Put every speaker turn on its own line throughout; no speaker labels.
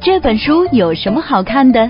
这本书有什么好看的？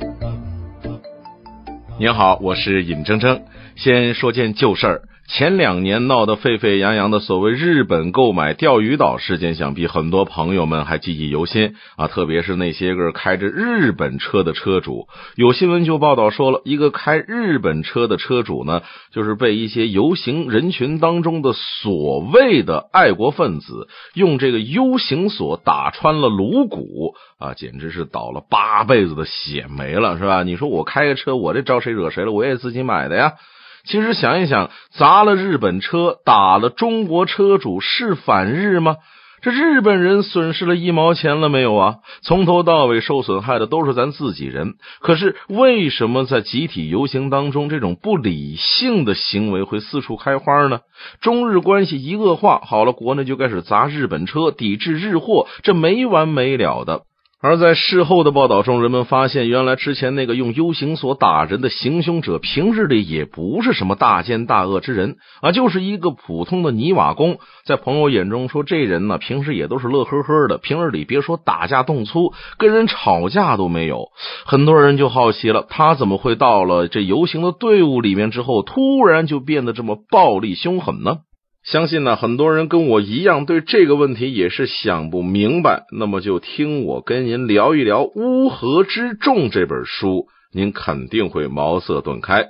您好，我是尹铮铮。先说件旧事儿，前2年闹得沸沸扬扬的所谓日本购买钓鱼岛事件，想必很多朋友们还记忆犹新啊，特别是那些个开着日本车的车主。有新闻就报道说了，一个开日本车的车主呢，就是被一些游行人群当中的所谓的爱国分子用这个 U 型锁打穿了颅骨啊，简直是倒了8辈子的血没了，是吧？你说我开个车，我这招谁惹谁了？我也自己买的呀。其实想一想，砸了日本车，打了中国车主，是反日吗？这日本人损失了1毛钱了没有啊？从头到尾受损害的都是咱自己人。可是为什么在集体游行当中，这种不理性的行为会四处开花呢？中日关系一恶化，好了，国内就开始砸日本车，抵制日货，这没完没了的。而在事后的报道中，人们发现原来之前那个用 U 型锁打人的行凶者，平日里也不是什么大奸大恶之人啊，就是一个普通的泥瓦工。在朋友眼中说，这人呢平时也都是乐呵呵的，平日里别说打架动粗，跟人吵架都没有。很多人就好奇了，他怎么会到了这游行的队伍里面之后，突然就变得这么暴力凶狠呢？相信呢，很多人跟我一样对这个问题也是想不明白，那么就听我跟您聊一聊《乌合之众》这本书，您肯定会茅塞顿开。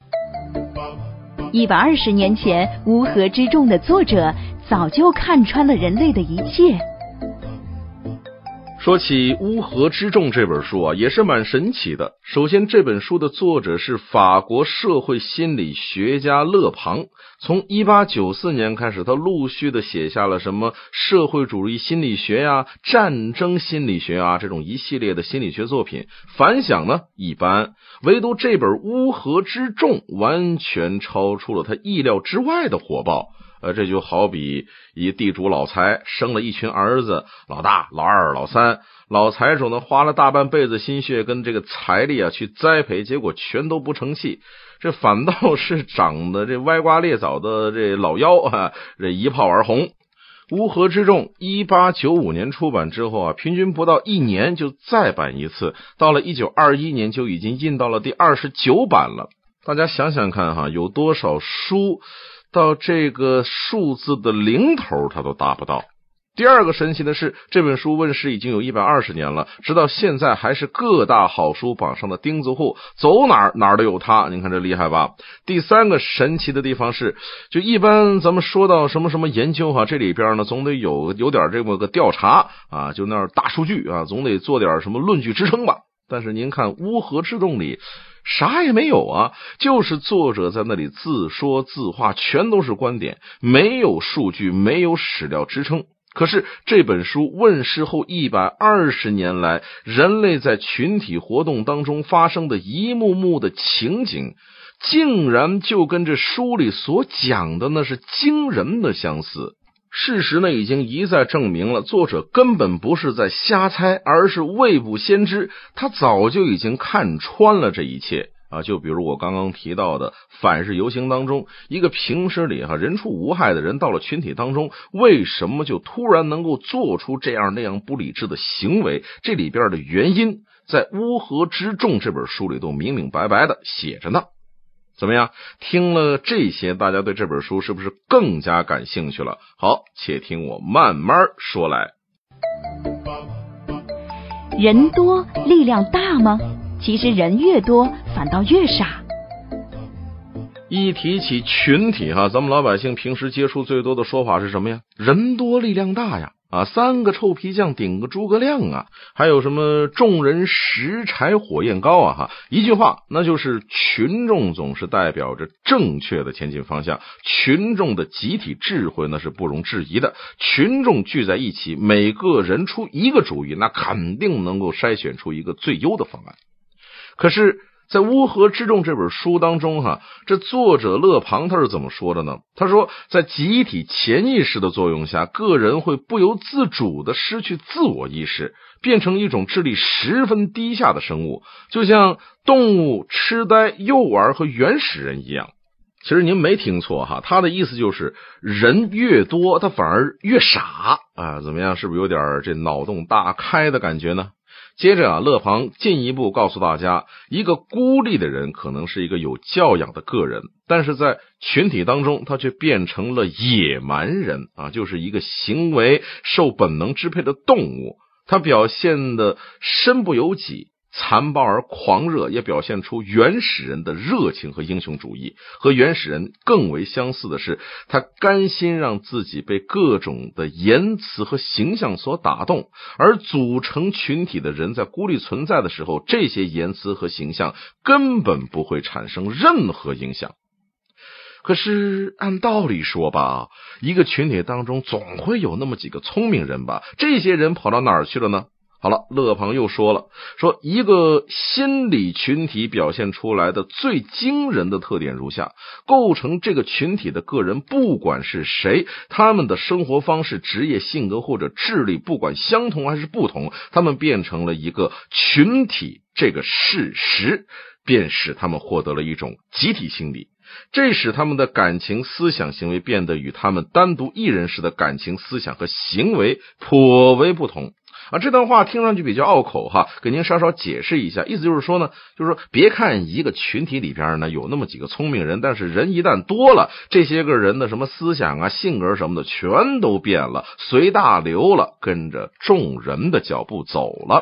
120年前，《乌合之众》的作者早就看穿了人类的一切。
说起《乌合之众》这本书啊，也是蛮神奇的。首先，这本书的作者是法国社会心理学家勒庞。从1894年开始，他陆续的写下了什么社会主义心理学啊、战争心理学啊这种一系列的心理学作品，反响呢一般。唯独这本《乌合之众》完全超出了他意料之外的火爆。这就好比一地主老财生了一群儿子，老大、老二、老三，老财主呢花了大半辈子心血跟这个财力啊去栽培，结果全都不成器，这反倒是长得这歪瓜裂枣的这老妖啊，这一炮而红。乌合之众1895年出版之后啊，平均不到1年就再版一次，到了1921年就已经印到了第29版了。大家想想看哈，有多少书到这个数字的零头它都达不到。第二个神奇的是，这本书问世已经有120年了，直到现在还是各大好书榜上的钉子户，走哪儿都有它，您看这厉害吧。第三个神奇的地方是，就一般咱们说到什么什么研究哈，这里边呢总得有点这么个调查啊，就那大数据啊，总得做点什么论据支撑吧。但是您看乌合之众里啥也没有啊，就是作者在那里自说自话，全都是观点，没有数据，没有史料支撑。可是这本书问世后120年来，人类在群体活动当中发生的一幕幕的情景，竟然就跟这书里所讲的那是惊人的相似。事实呢已经一再证明了，作者根本不是在瞎猜，而是未卜先知，他早就已经看穿了这一切啊。就比如我刚刚提到的反日游行当中，一个平时里人畜无害的人，到了群体当中，为什么就突然能够做出这样那样不理智的行为？这里边的原因在《乌合之众》这本书里都明明白白的写着呢。怎么样？听了这些，大家对这本书是不是更加感兴趣了？好，且听我慢慢说来。
人多力量大吗？其实人越多反倒越傻。
一提起群体咱们老百姓平时接触最多的说法是什么呀？人多力量大呀，3个臭皮匠顶个诸葛亮啊，还有什么众人拾柴火焰高啊一句话，那就是群众总是代表着正确的前进方向，群众的集体智慧那是不容置疑的，群众聚在一起，每个人出一个主意，那肯定能够筛选出一个最优的方案。可是在《乌合之众》这本书当中这作者勒庞他是怎么说的呢？他说，在集体潜意识的作用下，个人会不由自主的失去自我意识，变成一种智力十分低下的生物，就像动物、痴呆、幼儿和原始人一样。其实您没听错他的意思就是人越多他反而越傻啊，怎么样？是不是有点这脑洞大开的感觉呢？ 接着勒庞进一步告诉大家，一个孤立的人可能是一个有教养的个人，但是在群体当中他却变成了野蛮人就是一个行为受本能支配的动物。他表现的身不由己，残暴而狂热，也表现出原始人的热情和英雄主义。和原始人更为相似的是，他甘心让自己被各种的言辞和形象所打动，而组成群体的人在孤立存在的时候，这些言辞和形象根本不会产生任何影响。可是按道理说吧，一个群体当中总会有那么几个聪明人吧，这些人跑到哪儿去了呢？好了，勒庞又说了，说一个心理群体表现出来的最惊人的特点如下：构成这个群体的个人不管是谁，他们的生活方式、职业、性格或者智力不管相同还是不同，他们变成了一个群体，这个事实便使他们获得了一种集体心理，这使他们的感情、思想、行为变得与他们单独一人时的感情、思想和行为颇为不同。这段话听上去比较拗口给您稍稍解释一下。意思就是说别看一个群体里边呢有那么几个聪明人，但是人一旦多了，这些个人的什么思想性格什么的全都变了，随大流了，跟着众人的脚步走了。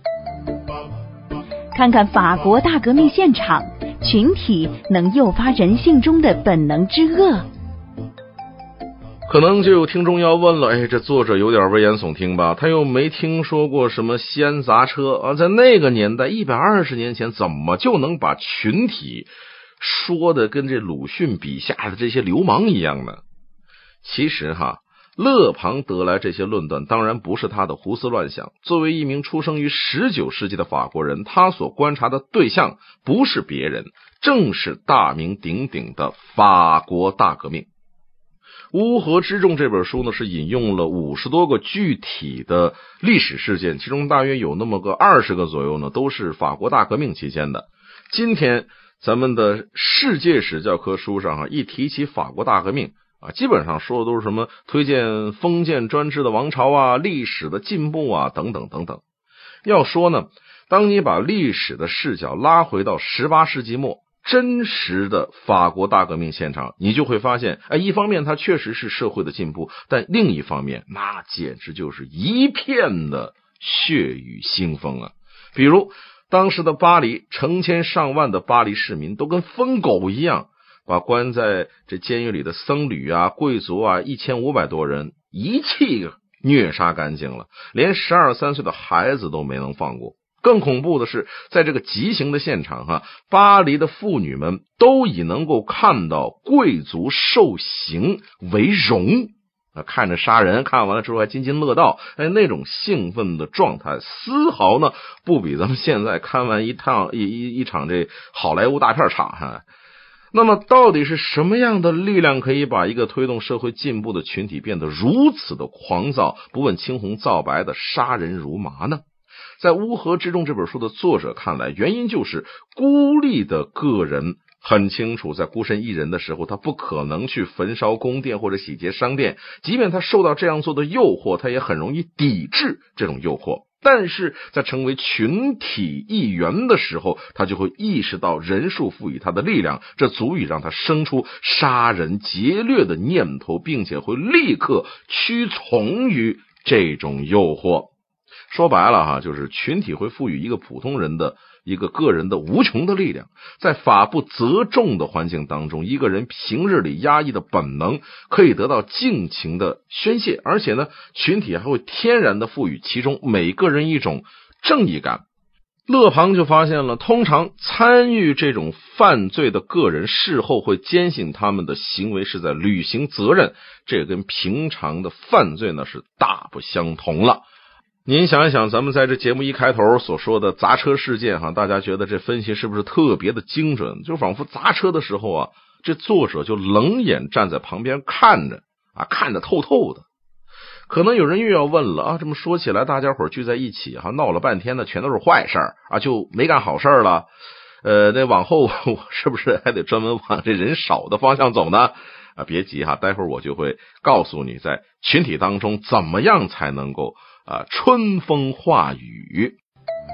看看法国大革命现场，群体能诱发人性中的本能之恶。
可能就有听众要问了，这作者有点危言耸听吧？他又没听说过什么西安砸车在那个年代120年前，怎么就能把群体说的跟这鲁迅笔下的这些流氓一样呢？其实勒庞得来这些论断当然不是他的胡思乱想。作为一名出生于19世纪的法国人，他所观察的对象不是别人，正是大名鼎鼎的法国大革命。乌合之众这本书呢，是引用了50多个具体的历史事件，其中大约有那么个20个左右呢，都是法国大革命期间的。今天咱们的世界史教科书上一提起法国大革命基本上说的都是什么推荐封建专制的王朝历史的进步等等等等。要说呢，当你把历史的视角拉回到18世纪末，真实的法国大革命现场，你就会发现一方面它确实是社会的进步，但另一方面那简直就是一片的血雨腥风比如当时的巴黎，成千上万的巴黎市民都跟疯狗一样，把关在这监狱里的僧侣贵族1500多人一气虐杀干净了，连12、13岁的孩子都没能放过。更恐怖的是，在这个极刑的现场巴黎的妇女们都以能够看到贵族受刑为荣看着杀人，看完了之后还津津乐道那种兴奋的状态丝毫呢不比咱们现在看完一场这好莱坞大片差那么到底是什么样的力量可以把一个推动社会进步的群体变得如此的狂躁，不问青红皂白的杀人如麻呢？在《乌合之众》这本书的作者看来，原因就是孤立的个人很清楚，在孤身一人的时候，他不可能去焚烧宫殿或者洗劫商店，即便他受到这样做的诱惑，他也很容易抵制这种诱惑。但是在成为群体一员的时候，他就会意识到人数赋予他的力量，这足以让他生出杀人劫掠的念头，并且会立刻屈从于这种诱惑。说白了就是群体会赋予一个普通人的一个个人的无穷的力量。在法不责众的环境当中，一个人平日里压抑的本能可以得到尽情的宣泄，而且呢，群体还会天然的赋予其中每个人一种正义感。勒庞就发现了，通常参与这种犯罪的个人事后会坚信他们的行为是在履行责任，这跟平常的犯罪呢是大不相同了。您想一想，咱们在这节目一开头所说的砸车事件大家觉得这分析是不是特别的精准？就仿佛砸车的时候这作者就冷眼站在旁边看着看得透透的。可能有人又要问了这么说起来，大家伙聚在一起闹了半天的全都是坏事就没干好事了。那往后是不是还得专门往这人少的方向走呢？别急待会儿我就会告诉你，在群体当中怎么样才能够春风化雨。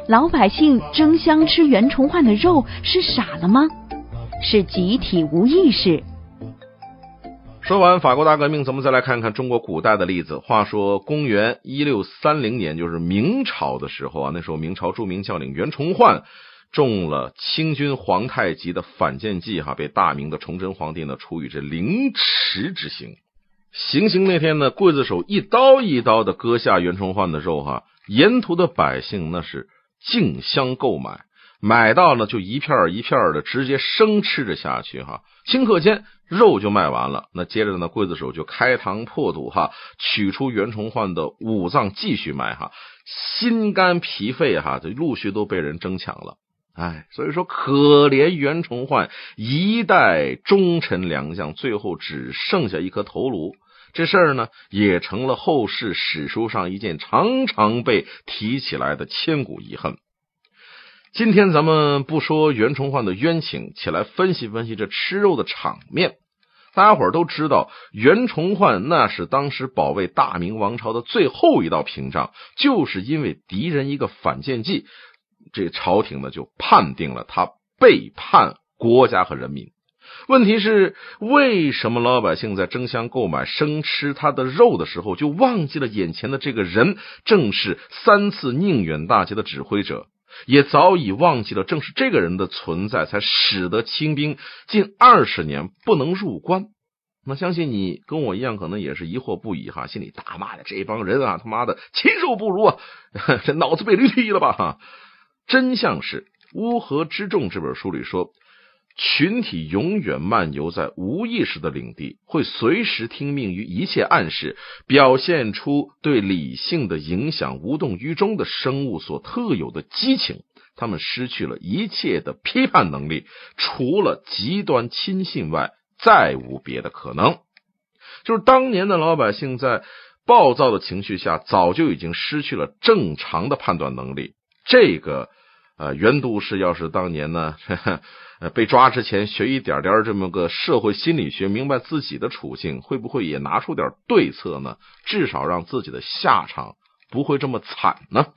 老百姓争相吃袁崇焕的肉是傻了吗？是集体无意识。
说完法国大革命，咱们再来看看中国古代的例子。话说公元1630年，就是明朝的时候啊，那时候明朝著名将领袁崇焕中了清军皇太极的反间计被大明的崇祯皇帝呢处以这凌迟之刑。行刑那天呢，刽子手一刀一刀的割下袁崇焕的肉沿途的百姓那是竞相购买，买到了就一片一片的直接生吃着下去顷刻间肉就卖完了。那接着呢，刽子手就开膛破肚取出袁崇焕的五脏继续卖心肝脾肺这陆续都被人争抢了。所以说可怜袁崇焕一代忠臣良将，最后只剩下一颗头颅。这事儿呢，也成了后世史书上一件常常被提起来的千古遗恨。今天咱们不说袁崇焕的冤情，起来分析分析这吃肉的场面。大家伙儿都知道，袁崇焕那是当时保卫大明王朝的最后一道屏障，就是因为敌人一个反间计，这朝廷呢就判定了他背叛国家和人民。问题是，为什么老百姓在争相购买生吃他的肉的时候，就忘记了眼前的这个人正是3次宁远大捷的指挥者，也早已忘记了正是这个人的存在才使得清兵近20年不能入关。那相信你跟我一样，可能也是疑惑不已心里大骂的这帮人他妈的禽兽不如这脑子被驴踢了吧真相是《乌合之众》这本书里说，群体永远漫游在无意识的领地，会随时听命于一切暗示，表现出对理性的影响无动于衷的生物所特有的激情。他们失去了一切的批判能力，除了极端亲信外，再无别的可能。就是当年的老百姓在暴躁的情绪下，早就已经失去了正常的判断能力。这个袁都师要是当年呢被抓之前学一点点这么个社会心理学，明白自己的处境，会不会也拿出点对策呢？至少让自己的下场不会这么惨呢？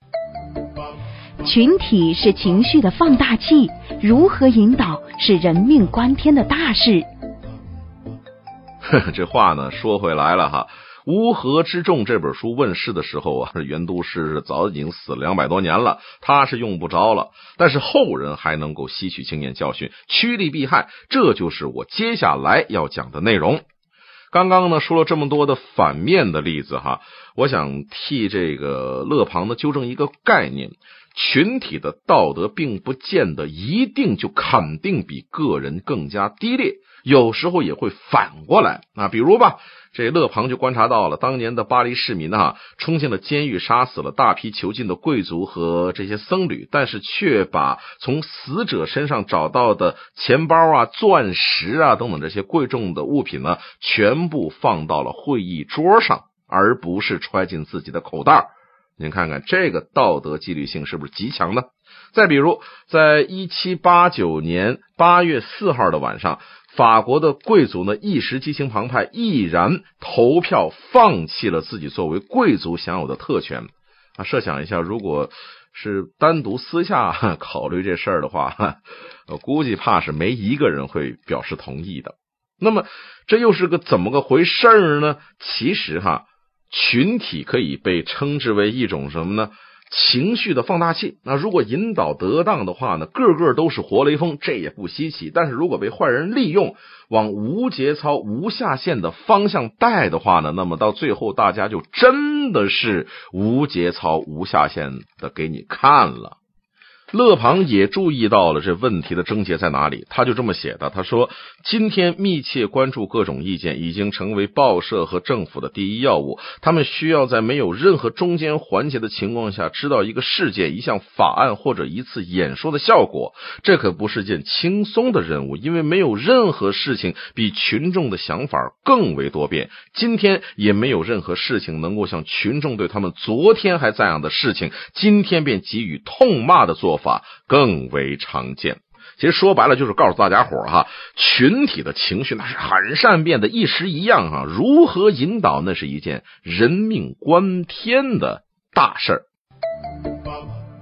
群体是情绪的放大器，如何引导是人命关天的大事。
这话呢说回来了乌合之众这本书问世的时候袁都师早已经死了200多年了，他是用不着了，但是后人还能够吸取经验教训，趋利避害，这就是我接下来要讲的内容。刚刚呢说了这么多的反面的例子我想替这个勒庞呢纠正一个概念，群体的道德并不见得一定就肯定比个人更加低劣，有时候也会反过来比如吧，这勒庞就观察到了当年的巴黎市民冲进了监狱，杀死了大批囚禁的贵族和这些僧侣，但是却把从死者身上找到的钱包钻石等等这些贵重的物品呢，全部放到了会议桌上，而不是揣进自己的口袋。您看看这个道德纪律性是不是极强呢？再比如在1789年8月4号的晚上，法国的贵族呢一时激情澎湃，毅然投票放弃了自己作为贵族享有的特权设想一下，如果是单独私下考虑这事儿的话，我估计怕是没一个人会表示同意的。那么这又是个怎么个回事呢？其实群体可以被称之为一种什么呢？情绪的放大器。那如果引导得当的话呢，个个都是活雷锋，这也不稀奇。但是如果被坏人利用，往无节操无下限的方向带的话呢，那么到最后大家就真的是无节操无下限的给你看了。勒庞也注意到了这问题的症结在哪里，他就这么写的，他说，今天密切关注各种意见已经成为报社和政府的第一要务，他们需要在没有任何中间环节的情况下知道一个事件、一项法案或者一次演说的效果，这可不是件轻松的任务，因为没有任何事情比群众的想法更为多变，今天也没有任何事情能够像群众对他们昨天还赞扬的事情，今天便给予痛骂的做法更为常见。其实说白了就是告诉大家伙群体的情绪那是很善变的，一时一样如何引导那是一件人命关天的大事儿。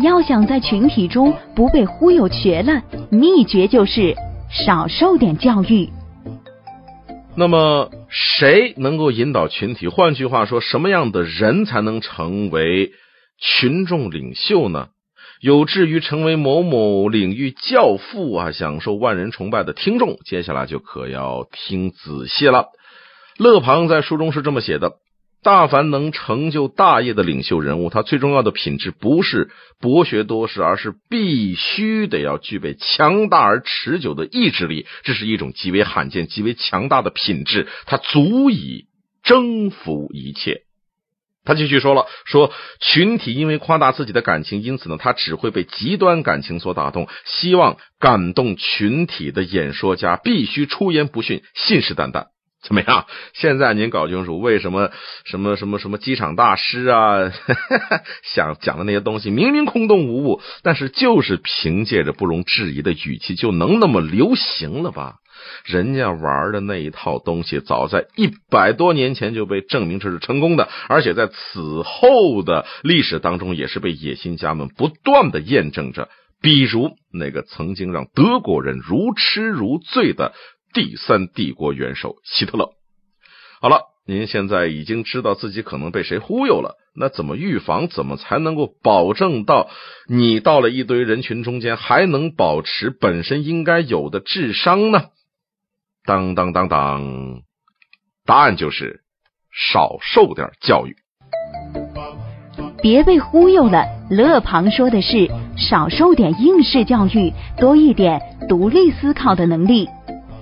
要想在群体中不被忽悠瘸了，秘诀就是少受点教育。
那么谁能够引导群体？换句话说，什么样的人才能成为群众领袖呢？有志于成为某某领域教父啊，享受万人崇拜的听众，接下来就可要听仔细了。勒庞在书中是这么写的：大凡能成就大业的领袖人物，他最重要的品质不是博学多识，而是必须得要具备强大而持久的意志力。这是一种极为罕见、极为强大的品质，它足以征服一切。他继续说了，说群体因为夸大自己的感情，因此呢，他只会被极端感情所打动。希望感动群体的演说家必须出言不逊，信誓旦旦。怎么样？现在您搞清楚为什么什么机场大师啊想讲的那些东西明明空洞无物，但是就是凭借着不容置疑的语气就能那么流行了吧？人家玩的那一套东西早在100多年前就被证明这是成功的，而且在此后的历史当中也是被野心家们不断的验证着。比如那个曾经让德国人如痴如醉的第三帝国元首希特勒。好了，您现在已经知道自己可能被谁忽悠了，那怎么预防？怎么才能够保证到你到了一堆人群中间还能保持本身应该有的智商呢？当当当当，答案就是少受点教育。
别被忽悠了，勒庞说的是少受点应试教育，多一点独立思考的能力。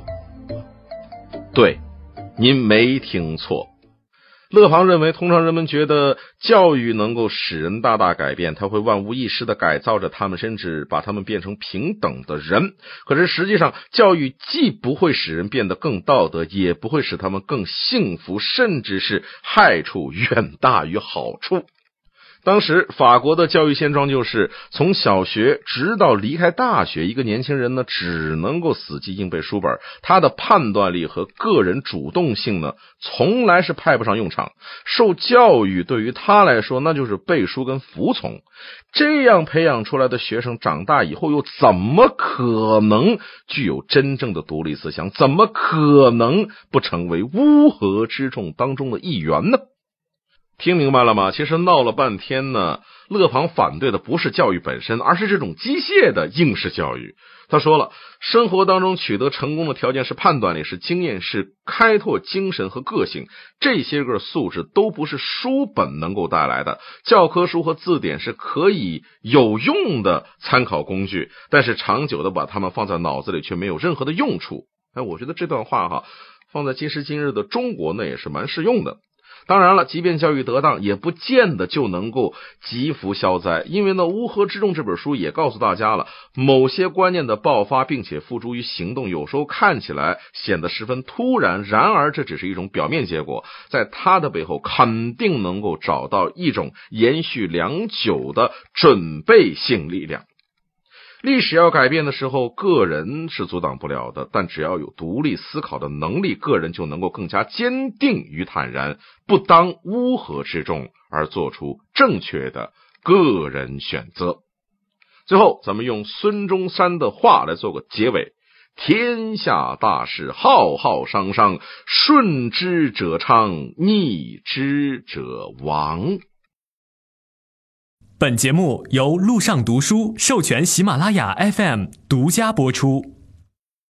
对，您没听错。勒庞认为，通常人们觉得教育能够使人大大改变，他会万无一失地改造着他们，甚至把他们变成平等的人。可是实际上，教育既不会使人变得更道德，也不会使他们更幸福，甚至是害处远大于好处。当时法国的教育现状就是，从小学直到离开大学，一个年轻人呢只能够死记硬背书本，他的判断力和个人主动性呢从来是派不上用场。受教育对于他来说那就是背书跟服从。这样培养出来的学生长大以后又怎么可能具有真正的独立思想？怎么可能不成为乌合之众当中的一员呢？听明白了吗？其实闹了半天呢，勒庞反对的不是教育本身，而是这种机械的应试教育。他说了，生活当中取得成功的条件是判断力，是经验，是开拓精神和个性，这些个素质都不是书本能够带来的。教科书和字典是可以有用的参考工具，但是长久的把它们放在脑子里却没有任何的用处。我觉得这段话放在今时今日的中国呢也是蛮适用的。当然了，即便教育得当，也不见得就能够积福消灾。因为呢，《乌合之众》这本书也告诉大家了，某些观念的爆发并且付诸于行动，有时候看起来显得十分突然，然而这只是一种表面结果，在它的背后肯定能够找到一种延续良久的准备性力量。历史要改变的时候，个人是阻挡不了的，但只要有独立思考的能力，个人就能够更加坚定与坦然，不当乌合之众，而做出正确的个人选择。最后，咱们用孙中山的话来做个结尾：天下大事，浩浩汤汤，顺之者昌，逆之者亡。
本节目由路上读书授权喜马拉雅 FM 独家播出。